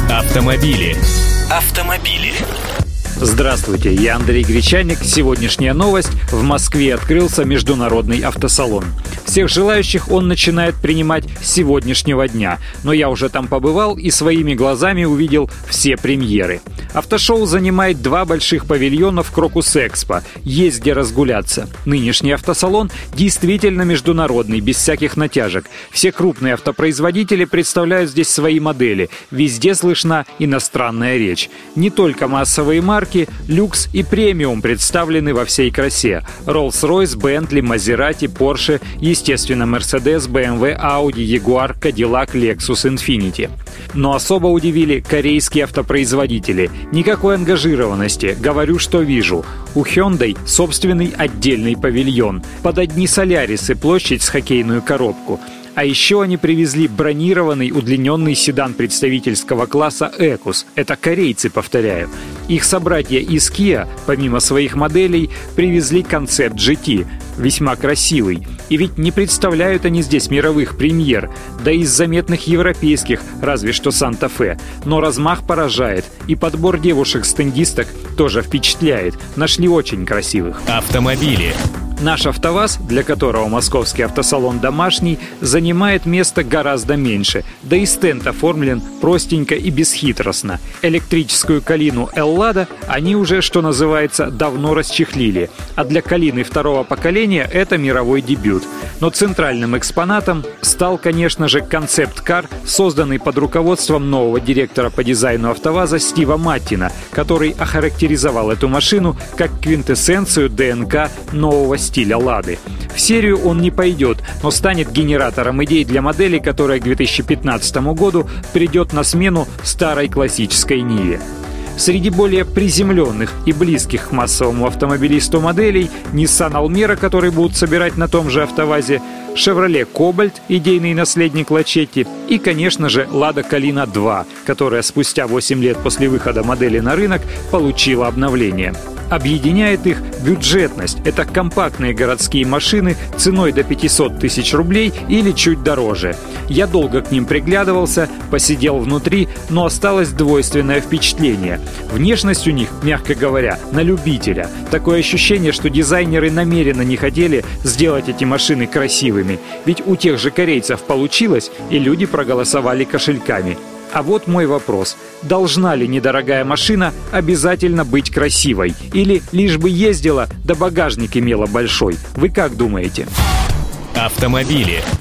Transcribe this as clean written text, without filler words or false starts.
Автомобили. Здравствуйте, я Андрей Гречаник. Сегодняшняя новость. В Москве открылся международный автосалон. Всех желающих он начинает принимать с сегодняшнего дня. Но я уже там побывал и своими глазами увидел все премьеры. Автошоу занимает 2 больших павильона в Крокус-Экспо. Есть где разгуляться. Нынешний автосалон действительно международный, без всяких натяжек. Все крупные автопроизводители представляют здесь свои модели. Везде слышна иностранная речь. Не только массовые марки, люкс и премиум представлены во всей красе. Rolls-Royce, Bentley, Maserati, Porsche, естественно, Mercedes, BMW, Audi, Jaguar, Cadillac, Lexus, Infiniti. Но особо удивили корейские автопроизводители. Никакой ангажированности, говорю, что вижу. У Hyundai собственный отдельный павильон. Под одни Солярисы площадь с хоккейную коробку. А еще они привезли бронированный удлиненный седан представительского класса Экус. Это корейцы, повторяю. Их собратья из Kia, помимо своих моделей, привезли концепт GT. Весьма красивый. И ведь не представляют они здесь мировых премьер. Да из заметных европейских, разве что Санта-Фе. Но размах поражает. И подбор девушек-стендисток тоже впечатляет. Нашли очень красивых. Автомобили. Наш АвтоВАЗ, для которого московский автосалон домашний, занимает места гораздо меньше. Да и стенд оформлен простенько и бесхитростно. Электрическую Калину Эллада они уже, что называется, давно расчехлили. А для Калины второго поколения это мировой дебют. Но центральным экспонатом стал, конечно же, концепт-кар, созданный под руководством нового директора по дизайну АвтоВАЗа Стива Маттина, который охарактеризовал эту машину как квинтэссенцию ДНК нового стиля «Лады». В серию он не пойдет, но станет генератором идей для модели, которая к 2015 году придет на смену старой классической Ниве. Среди более приземленных и близких к массовому автомобилисту моделей Nissan Almera, который будут собирать на том же АвтоВАЗе, Chevrolet Cobalt, идейный наследник Лачетти, и, конечно же, Lada Kalina 2, которая спустя 8 лет после выхода модели на рынок получила обновление. Объединяет их бюджетность. Это компактные городские машины ценой до 500 тысяч рублей или чуть дороже. Я долго к ним приглядывался, посидел внутри, но осталось двойственное впечатление. Внешность у них, мягко говоря, на любителя. Такое ощущение, что дизайнеры намеренно не хотели сделать эти машины красивыми. Ведь у тех же корейцев получилось, и люди проголосовали кошельками. А вот мой вопрос. Должна ли недорогая машина обязательно быть красивой? Или лишь бы ездила, да багажник имела большой? Вы как думаете? Автомобили.